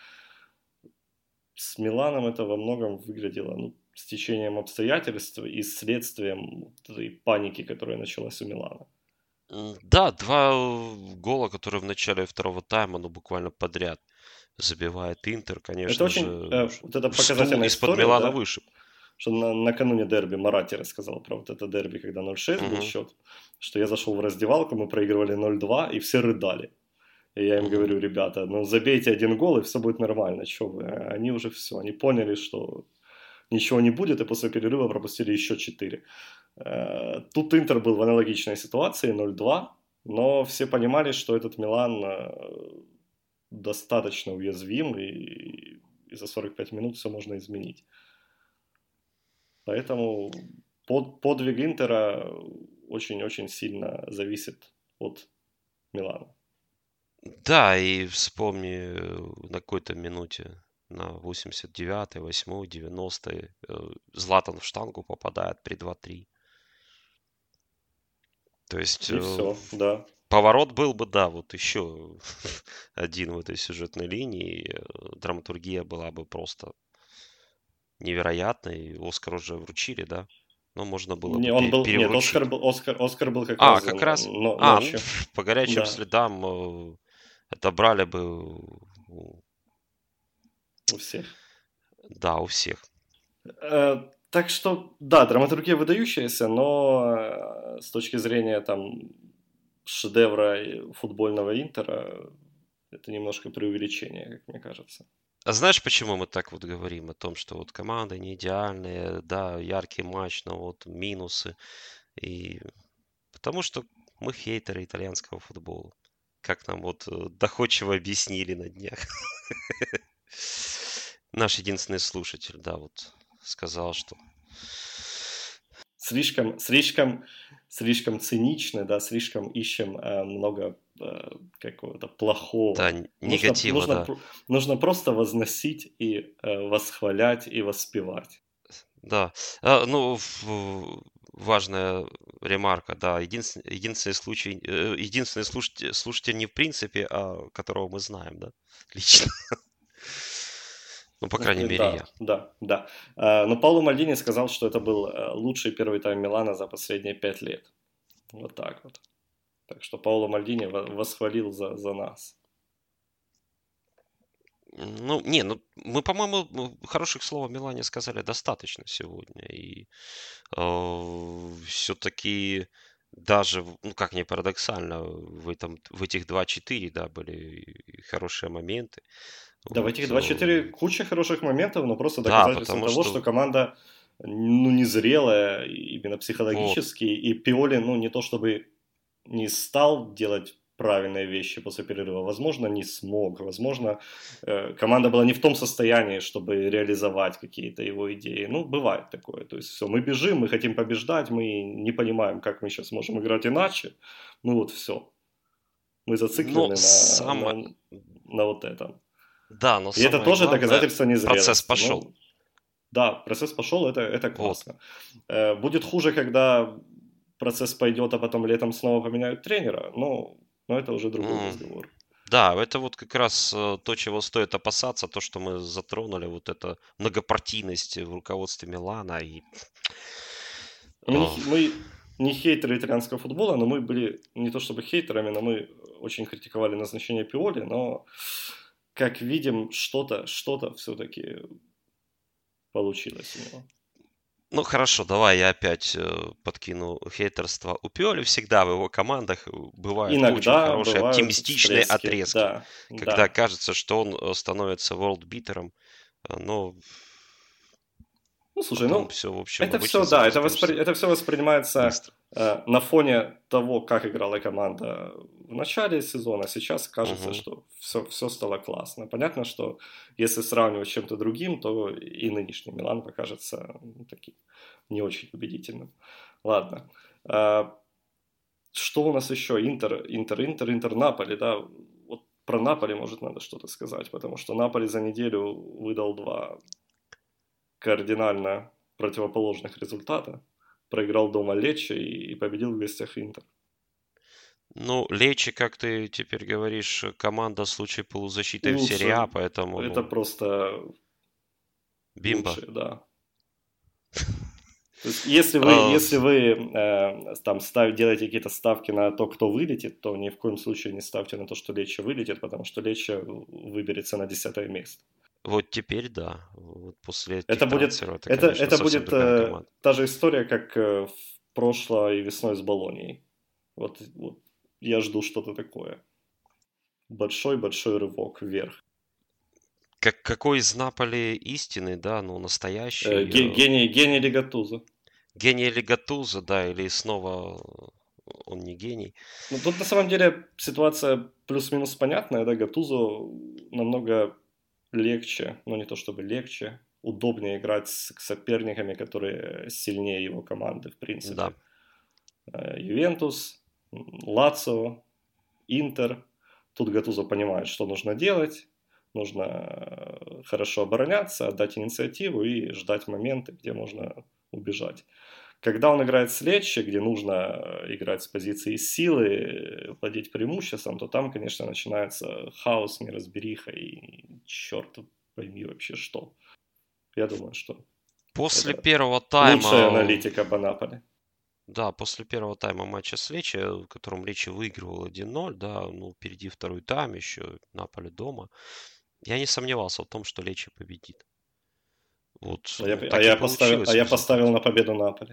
С Миланом это во многом выглядело стечением обстоятельств и следствием той паники, которая началась у Милана. Да, 2 гола, которые в начале второго тайма, ну, буквально подряд забивает Интер, конечно это очень, же, вот это стул показательная из-под история, Милана да? вышиб. Что накануне дерби Марати рассказал про вот это дерби, когда 0-6 был счет, что я зашел в раздевалку, мы проигрывали 0-2, и все рыдали. И я им говорю: ребята, ну забейте 1 гол, и все будет нормально, что вы. Они уже все, они поняли, что ничего не будет, и после перерыва пропустили еще 4. Тут Интер был в аналогичной ситуации, 0-2, но все понимали, что этот Милан достаточно уязвим, и за 45 минут все можно изменить. Поэтому подвиг Интера очень-очень сильно зависит от Милана. Да, и вспомни на какой-то минуте, на 89-й, 8-й, 90-й, Златан в штангу попадает при 2-3. То есть И все, да. поворот был бы, да, вот еще один в этой сюжетной линии. Драматургия была бы просто невероятной. Оскар уже вручили, да? Но можно было бы перевручить. Нет, Оскар был как раз как раз? ночью. По горячим следам отобрали бы у всех. Да, у всех. Так что, да, драматургия выдающаяся, но с точки зрения там шедевра футбольного Интера это немножко преувеличение, как мне кажется. А знаешь, почему мы так вот говорим о том, что вот команды не идеальные, да, яркий матч, но вот минусы. И потому что мы хейтеры итальянского футбола. Как нам вот доходчиво объяснили на днях. Наш единственный слушатель, да, вот сказал, что слишком цинично, да, слишком ищем много какого-то плохого. Да, негатива, да. Нужно просто возносить и восхвалять и воспевать. Да, важная ремарка, да, единственный слушатель не в принципе, а которого мы знаем, да, лично. Ну, по крайней мере, я. Да. Но Пауло Мальдини сказал, что это был лучший первый тайм Милана за последние 5 лет. Вот так вот. Так что Пауло Мальдини восхвалил за нас. Мы, по-моему, хороших слов о Милане сказали достаточно сегодня. И все-таки даже, как ни парадоксально, в этих 2-4, да, были хорошие моменты. Да, в этих 2-4 куча хороших моментов, но просто доказательство того, что команда незрелая именно психологически, Вот. и Пиоли, не то чтобы не стал делать правильные вещи после перерыва, возможно, не смог, возможно, команда была не в том состоянии, чтобы реализовать какие-то его идеи. Бывает такое, то есть все, мы бежим, мы хотим побеждать, мы не понимаем, как мы сейчас можем играть иначе, все, мы зациклены на вот этом. Да, но И это самое тоже главное, доказательство незрелости. процесс пошел. Да, процесс пошел, это классно. Вот. Будет хуже, когда процесс пойдет, а потом летом снова поменяют тренера, но это уже другой разговор. Да, это вот как раз то, чего стоит опасаться, то, что мы затронули, вот эта многопартийность в руководстве Милана. Мы не хейтеры итальянского футбола, но мы были не то чтобы хейтерами, но мы очень критиковали назначение Пиоли, но, как видим, что-то все-таки получилось у него. Ну хорошо, давай я опять подкину хейтерство. У Пиоли всегда в его командах бывают Иногда очень хорошие оптимистичные всплески, отрезки, когда кажется, что он становится ворлдбитером, но слушай, потом все, в общем, это все, это все воспринимается на фоне того, как играла команда в начале сезона. Сейчас кажется, что все стало классно. Понятно, что если сравнивать с чем-то другим, то и нынешний Милан покажется таким не очень убедительным. Ладно. Что у нас еще? Интер, Наполи, да? Вот про Наполи, может, надо что-то сказать, потому что Наполи за неделю выдал 2 кардинально противоположных результата. Проиграл дома Лечче и победил в гостях Интер. Ну, Лечи, как ты теперь говоришь, команда в случае полузащиты в серии А, поэтому... Это просто бимба. Лучше, да. То есть, если вы там делаете какие-то ставки на то, кто вылетит, то ни в коем случае не ставьте на то, что Лечче вылетит, потому что Лечче выберется на 10-е место. Вот теперь да. Вот после этих это трансферов это будет та же история, как в прошлой весной с Болонией. Вот я жду что-то такое. Большой-большой рывок вверх. Какой из Наполи истинный, да, настоящий. Гений или Гаттузо. Гений или Гаттузо, да, или снова он не гений. Тут на самом деле ситуация плюс-минус понятная, да, Гаттузо намного легче, не то чтобы легче, удобнее играть с соперниками, которые сильнее его команды, в принципе. Да. Ювентус, Лацио, Интер. Тут Гаттузо понимает, что нужно делать. Нужно хорошо обороняться, отдать инициативу и ждать моменты, где можно убежать. Когда он играет с Лечче, где нужно играть с позиции силы, владеть преимуществом, то там, конечно, начинается хаос, неразбериха и черт пойми вообще что. Я думаю, что после первого тайма... лучшая аналитика по Наполи. Да, после первого тайма матча с Лечче, в котором Лечче выигрывал 1-0, да, впереди второй тайм, еще Наполи дома. Я не сомневался в том, что Лечче победит. Вот, я поставил на победу Наполи.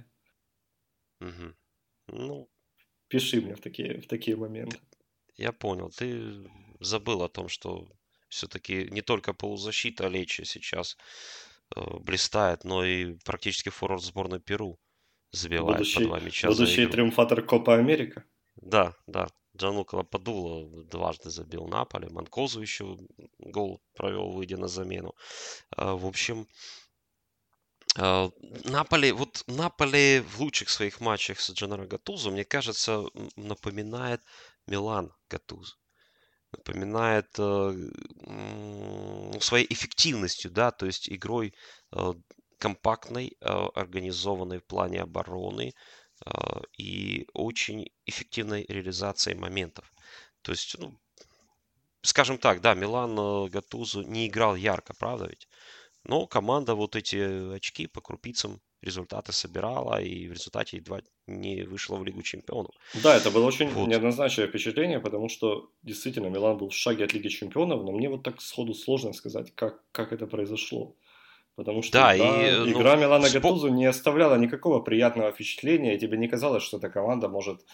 Угу. Пиши мне в такие моменты. Я понял. Ты забыл о том, что все-таки не только полузащита Лечче сейчас блистает, но и практически форвард сборной Перу забивает по 2 мяча за будущий игру. триумфатор Копа Америка. Да. Джанлука Падуло дважды забил Наполи. Манкозу еще гол провел, выйдя на замену. В общем, Наполи в лучших своих матчах с Дженнаро Гаттузо, мне кажется, напоминает Милан Гаттузо. Напоминает своей эффективностью, да, то есть игрой компактной, организованной в плане обороны и очень эффективной реализацией моментов. То есть, скажем так, да, Милан Гаттузо не играл ярко, правда ведь? Но команда вот эти очки по крупицам результаты собирала и в результате едва не вышла в Лигу Чемпионов. Да, это было очень неоднозначное впечатление, потому что действительно Милан был в шаге от Лиги Чемпионов, но мне вот так сходу сложно сказать, как это произошло. Потому что игра Милана Гаттузо не оставляла никакого приятного впечатления, и тебе не казалось, что эта команда может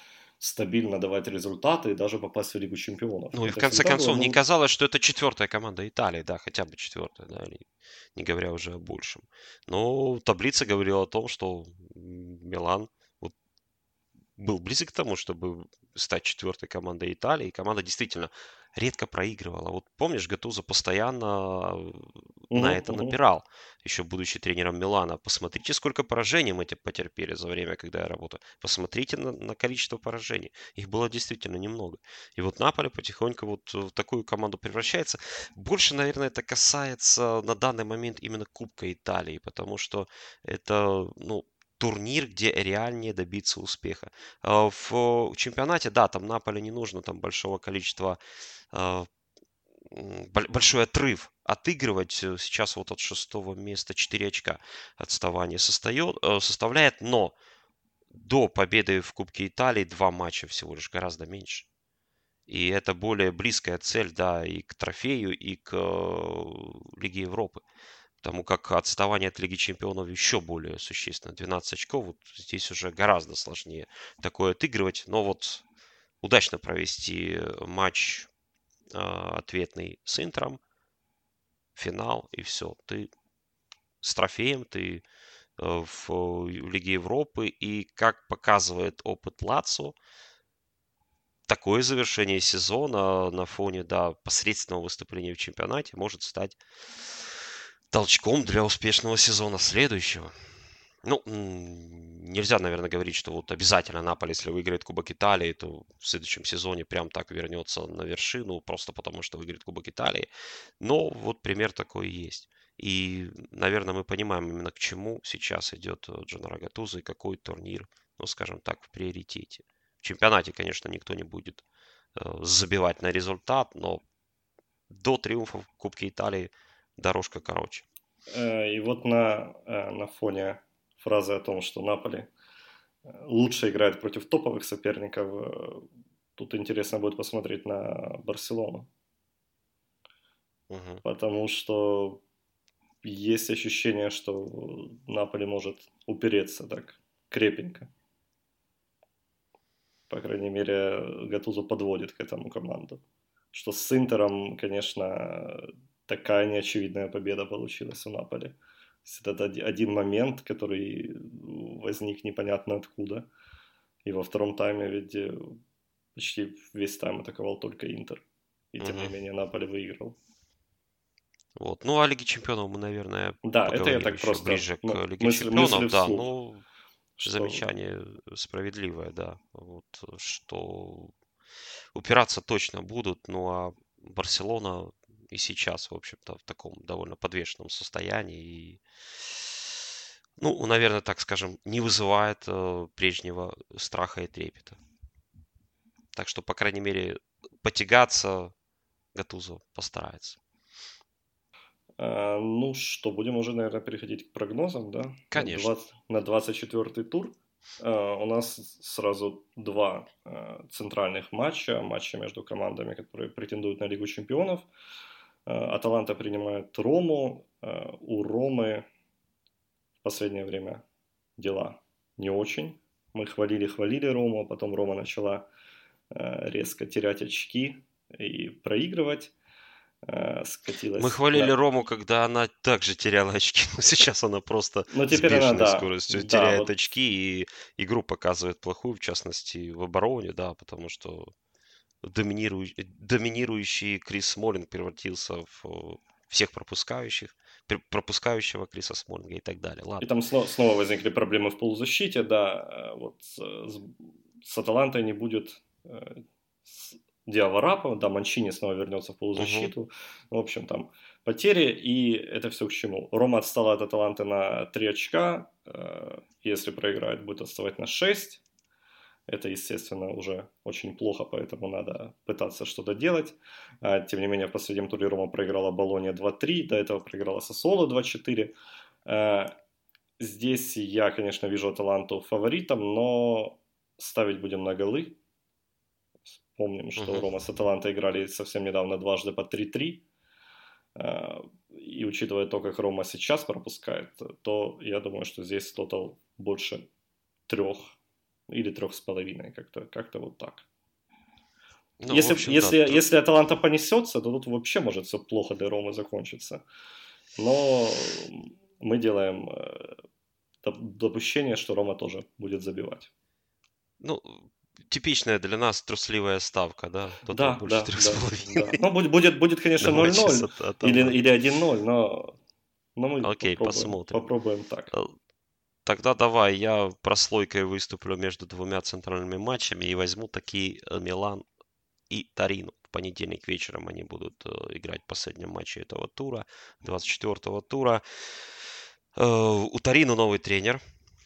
стабильно давать результаты и даже попасть в Лигу Чемпионов. Ну и в Это конце всегда было, концов, не ну, казалось, что это четвертая команда Италии, да, хотя бы четвертая, да, не говоря уже о большем. Но таблица говорила о том, что Милан вот был близок к тому, чтобы стать четвертой командой Италии. И команда действительно редко проигрывала. Вот помнишь, Гаттузо постоянно на это мгм. напирал, еще будучи тренером Милана. Посмотрите, сколько поражений мы потерпели за время, когда я работаю. Посмотрите на количество поражений. Их было действительно немного. И вот Наполе потихоньку вот в такую команду превращается. Больше, наверное, это касается на данный момент именно Кубка Италии, потому что это, ну, турнир, где реальнее добиться успеха. В чемпионате, да, там Наполе не нужно там большого количества, а, большой отрыв отыгрывать. Сейчас вот от шестого места 4 очка отставание составляет, но до победы в Кубке Италии 2 матча всего лишь, гораздо меньше. И это более близкая цель, да, и к трофею, и к Лиге Европы. Потому как отставание от Лиги Чемпионов еще более существенно. 12 очков. Вот здесь уже гораздо сложнее такое отыгрывать. Но вот удачно провести матч ответный с Интером, финал, и все. Ты с трофеем, ты в Лиге Европы. И как показывает опыт Лацио, такое завершение сезона на фоне, да, посредственного выступления в чемпионате может стать толчком для успешного сезона следующего. Ну, нельзя, наверное, говорить, что вот обязательно Наполе, если выиграет Кубок Италии, то в следующем сезоне прям так вернется на вершину, просто потому что выиграет Кубок Италии. Но вот пример такой есть. И, наверное, мы понимаем именно к чему сейчас идет Дженнаро Гаттузо и какой турнир, ну, скажем так, в приоритете. В чемпионате, конечно, никто не будет забивать на результат, но до триумфа в Кубке Италии дорожка короче. И вот на фоне фразы о том, что Наполи лучше играет против топовых соперников, тут интересно будет посмотреть на Барселону. Угу. Потому что есть ощущение, что Наполи может упереться так крепенько. По крайней мере, Гаттузо подводит к этому команду. Что с Интером, конечно, такая неочевидная победа получилась у Наполи. Это один момент, который возник непонятно откуда. И во втором тайме ведь почти весь тайм атаковал только Интер. И тем не менее Наполи выиграл. Вот. Ну, о Лиге Чемпионов мы, наверное, Да, это я поговорим так еще просто ближе к Лиге мысли Чемпионов, да, вслух. ну, Что... замечание справедливое, да, вот, что упираться точно будут, ну, а Барселона и сейчас, в общем-то, в таком довольно подвешенном состоянии и, ну, наверное, так скажем, не вызывает прежнего страха и трепета. Так что, по крайней мере, потягаться Гаттузо постарается. Ну что, будем уже, наверное, переходить к прогнозам, да? Конечно. На 24-й тур у нас сразу два центральных матча. Матча между командами, которые претендуют на Лигу Чемпионов. Аталанта принимает Рому. У Ромы в последнее время дела не очень. Мы хвалили Рому, а потом Рома начала резко терять очки и проигрывать. Мы Скатилась хвалили на... Рому, когда она также теряла очки, но сейчас она просто Но с теперь она, бешеной да, скоростью да, теряет вот, очки, и игру показывает плохую, в частности, в обороне, да, потому что доминирующий Крис Смолинг превратился в всех пропускающего Криса Смолинга и так далее. и Ладно. там снова возникли проблемы в полузащите, да, вот с Аталантой не будет Диаварапа, да, Манчини снова вернется в полузащиту, в общем, там потери, и это все к чему. Рома отстала от Аталанты на 3 очка, если проиграет, будет отставать на 6, это, естественно, уже очень плохо, поэтому надо пытаться что-то делать. Тем не менее, в последнем туре Рома проиграла Болоне 2-3, до этого проиграла Сассоло 2-4. Здесь я, конечно, вижу Аталанту фаворитом, но ставить будем на голы. Помним, что Рома с Аталантой играли совсем недавно дважды по 3-3. И учитывая то, как Рома сейчас пропускает, то я думаю, что здесь тотал больше 3 или 3,5, как-то вот так. Ну, Если, в общем, если, да, если Аталанта понесется, то тут вообще может все плохо для Ромы закончиться. Но мы делаем допущение, что Рома тоже будет забивать. ну, типичная для нас трусливая ставка, да? Тотал Да, больше да, да, 3,5 да. Ну, будет, на конечно, матче 0-0 с Аталантой. или 1-0, но мы Окей, посмотрим. попробуем так. Тогда давай я прослойкой выступлю между двумя центральными матчами и возьму такие Милан и Торино. В понедельник вечером они будут играть в последнем матче этого тура, 24-го тура. У Торино новый тренер.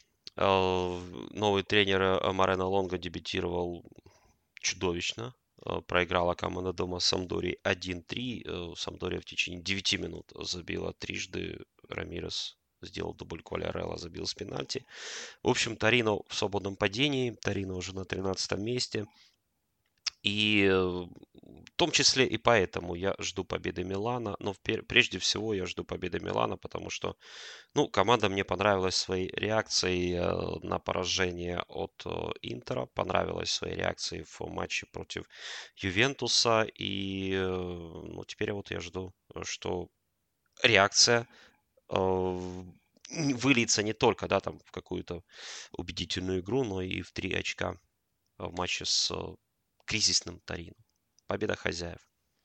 Новый тренер Морено Лонго дебютировал чудовищно. Проиграла команда дома Самдории 1-3. Самдория в течение 9 минут забила трижды. Рамирес сделал дубль, Квалиарелла забил с пенальти. В общем, Торино в свободном падении. Торино уже на 13 месте. И в том числе и поэтому я жду победы Милана. Но прежде всего я жду победы Милана, потому что команда мне понравилась своей реакцией на поражение от Интера, понравилась своей реакцией в матче против Ювентуса. И теперь вот я жду, что реакция выльется не только там, в какую-то убедительную игру, но и в 3 очка в матче с кризисным Торино. Победа хозяев.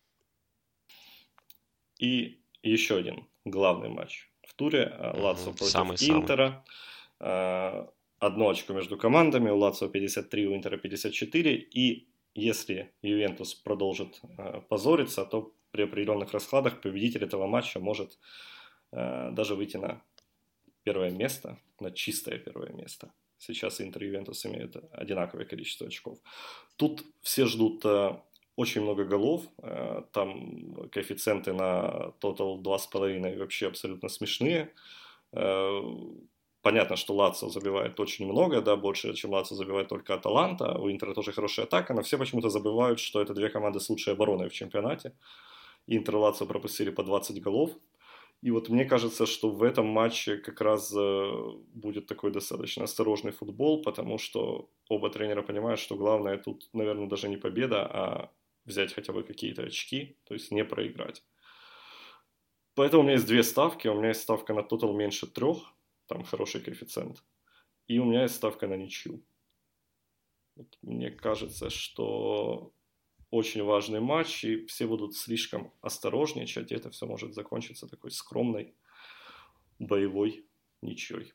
И еще один главный матч в туре. Лацио против Интера. Одно очко между командами. У Лацио 53, у Интера 54. И если Ювентус продолжит позориться, то при определенных раскладах победитель этого матча может даже выйти на первое место, на чистое первое место. Сейчас Интер и Ювентус имеют одинаковое количество очков. Тут все ждут очень много голов. Там коэффициенты на тотал 2,5 вообще абсолютно смешные. Понятно, что Лацио забивает очень много, да, больше, чем Лацио забивает только Аталанта. У Интера тоже хорошая атака, но все почему-то забывают, что это две команды с лучшей обороной в чемпионате. Интер и Лацио пропустили по 20 голов. И вот мне кажется, что в этом матче как раз будет такой достаточно осторожный футбол, потому что оба тренера понимают, что главное тут, наверное, даже не победа, а взять хотя бы какие-то очки, то есть не проиграть. Поэтому у меня есть две ставки. У меня есть ставка на тотал меньше 3, там хороший коэффициент. И у меня есть ставка на ничью. Вот мне кажется, что очень важный матч, и все будут слишком осторожничать, и это все может закончиться такой скромной, боевой ничьей.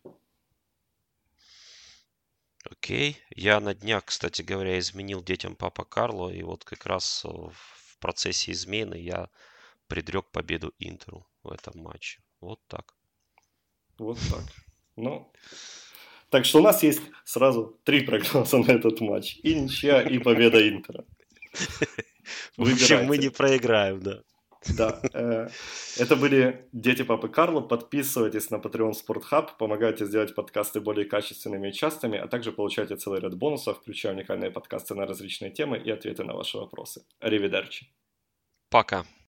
Окей. Я на днях, кстати говоря, изменил детям папа Карло, и вот как раз в процессе измены я предрек победу Интеру в этом матче. Вот так. Вот так. Так что у нас есть сразу 3 прогноза на этот матч. И ничья, и победа Интера. В общем, мы не проиграем, да. Да. Это были дети папы Карло. Подписывайтесь на Patreon Sport Hub, помогайте сделать подкасты более качественными и частыми, а также получайте целый ряд бонусов, включая уникальные подкасты на различные темы и ответы на ваши вопросы. Аривидерчи. Пока.